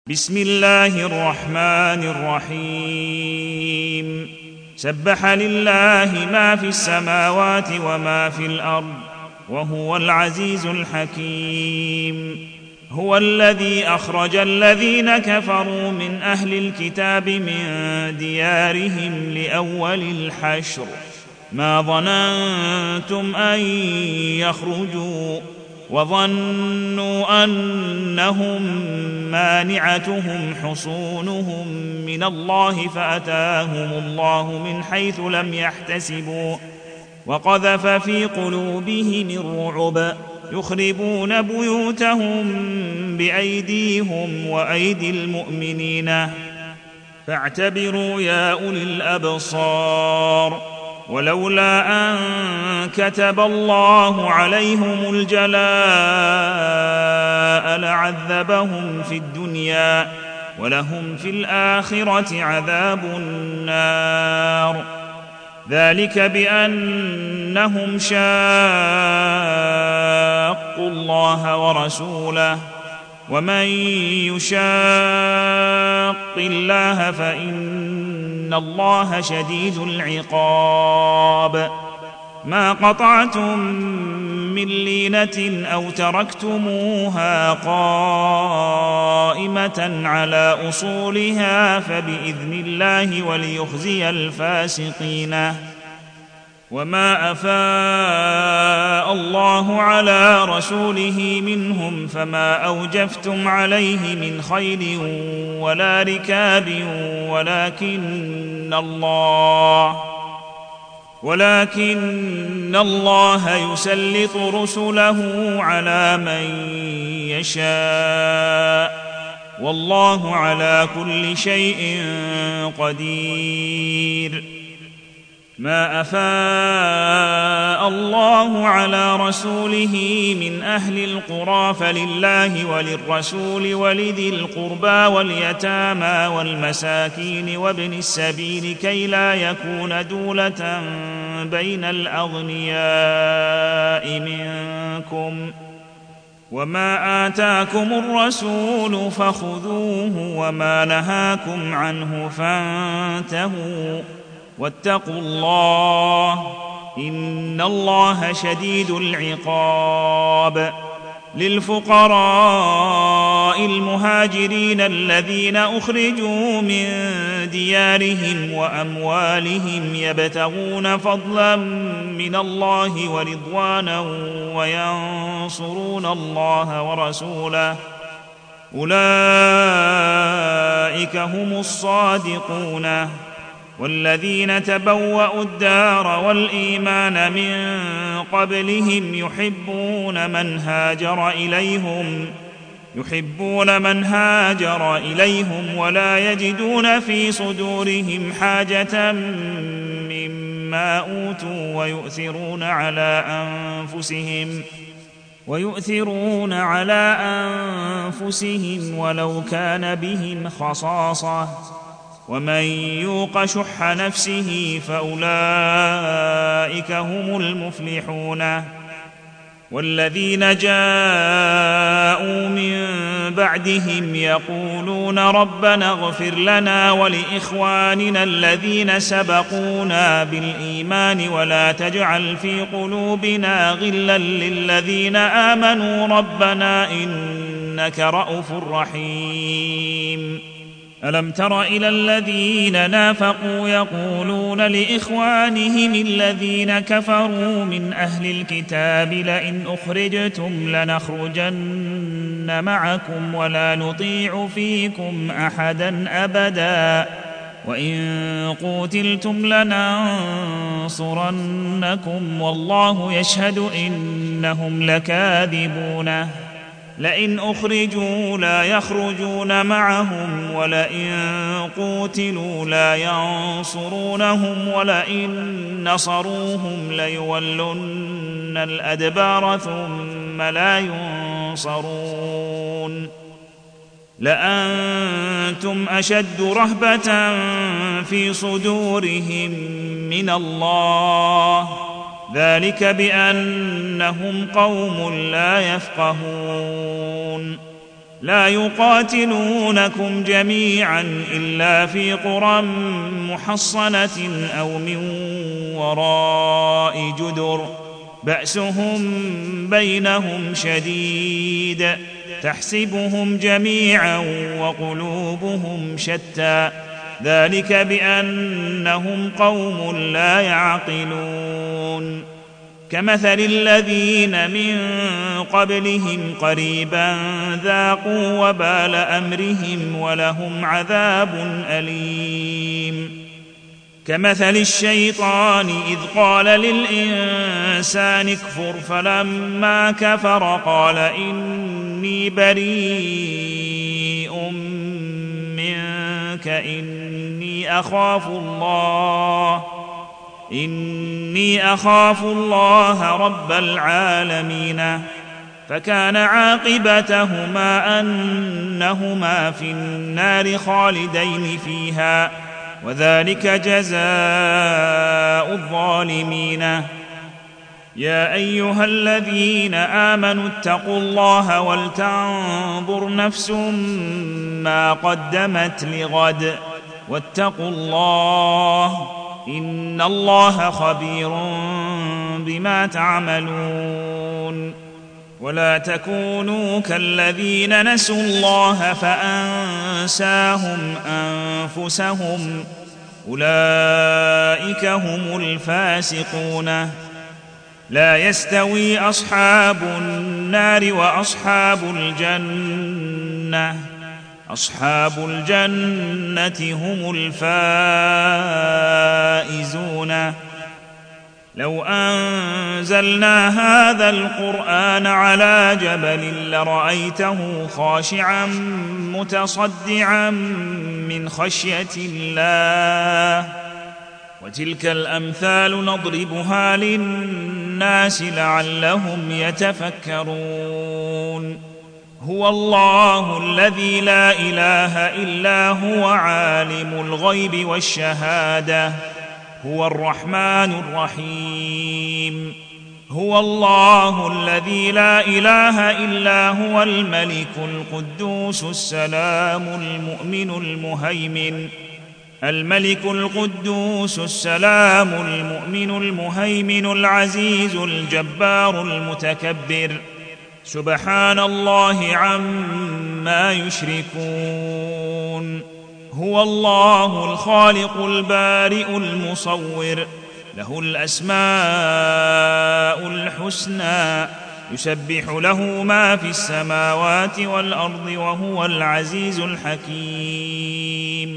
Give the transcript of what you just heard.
بسم الله الرحمن الرحيم سبح لله ما في السماوات وما في الأرض وهو العزيز الحكيم. هو الذي أخرج الذين كفروا من أهل الكتاب من ديارهم لأول الحشر ما ظننتم أن يخرجوا وظنوا أنهم مانعتهم حصونهم من الله فأتاهم الله من حيث لم يحتسبوا وقذف في قلوبهم الرعب يخربون بيوتهم بأيديهم وأيدي المؤمنين فاعتبروا يا أولي الأبصار. ولولا أن كتب الله عليهم الجلاء لعذبهم في الدنيا ولهم في الآخرة عذاب النار ذلك بأنهم شاقوا الله ورسوله ومن يشاق الله فإن الله شديد العقاب. ما قطعتم من لينة أو تركتموها قائمة على أصولها فبإذن الله وليخزي الفاسقين. وما أفاء الله على رسوله منهم فما أوجفتم عليه من خيل ولا ركاب ولكن الله يسلط رسله على من يشاء والله على كل شيء قدير. ما أفاء الله على رسوله من أهل القرى فلله وللرسول ولذي القربى واليتامى والمساكين وابن السبيل كي لا يكون دولة بين الأغنياء منكم وما آتاكم الرسول فخذوه وما نهاكم عنه فانتهوا واتقوا الله إن الله شديد العقاب. للفقراء المهاجرين الذين أخرجوا من ديارهم وأموالهم يبتغون فضلا من الله ورضوانا وينصرون الله ورسوله أولئك هم الصادقون. والذين تبوأوا الدار والإيمان من قبلهم يحبون من هاجر إليهم ولا يجدون في صدورهم حاجة مما أوتوا ويؤثرون على أنفسهم ولو كان بهم خصاصة ومن يوق شح نفسه فأولئك هم المفلحون. والذين جاءوا من بعدهم يقولون ربنا اغفر لنا ولإخواننا الذين سبقونا بالإيمان ولا تجعل في قلوبنا غلا للذين آمنوا ربنا إنك رءوف رحيم. ألم تر إلى الذين نافقوا يقولون لإخوانهم الذين كفروا من أهل الكتاب لئن أخرجتم لنخرجن معكم ولا نطيع فيكم أحدا أبدا وإن قوتلتم لننصرنكم والله يشهد إنهم لكاذبون. لئن أخرجوا لا يخرجون معهم ولئن قوتلوا لا ينصرونهم ولئن نصروهم ليولن الأدبار ثم لا ينصرون. لأنتم أشد رهبة في صدورهم من الله ذلك بأنهم قوم لا يفقهون. لا يقاتلونكم جميعا إلا في قرى محصنة أو من وراء جدر بأسهم بينهم شديد تحسبهم جميعا وقلوبهم شتى ذلك بأنهم قوم لا يعقلون كمثل الذين من قبلهم قريبا ذاقوا وبال أمرهم ولهم عذاب أليم كمثل الشيطان إذ قال للإنسان اكفر فلما كفر قال إني بريء منك إني أخاف الله رب العالمين فكان عاقبتهما أنهما في النار خالدين فيها وذلك جزاء الظالمين يا أيها الذين آمنوا اتقوا الله ولتنظر نفس ما قدمت لغد واتقوا الله إن الله خبير بما تعملون ولا تكونوا كالذين نسوا الله فأنساهم أنفسهم أولئك هم الفاسقون لا يستوي أصحاب النار وأصحاب الجنة أصحاب الجنة هم الفائزون لو أنزلنا هذا القرآن على جبل لرأيته خاشعا متصدعا من خشية الله وتلك الأمثال نضربها للناس لعلهم يتفكرون هو الله الذي لا إله إلا هو عالم الغيب والشهادة هو الرحمن الرحيم هو الله الذي لا إله إلا هو الملك القدوس السلام المؤمن المهيمن العزيز الجبار المتكبر سبحان الله عما يشركون هو الله الخالق البارئ المصور له الأسماء الحسنى يسبح له ما في السماوات والأرض وهو العزيز الحكيم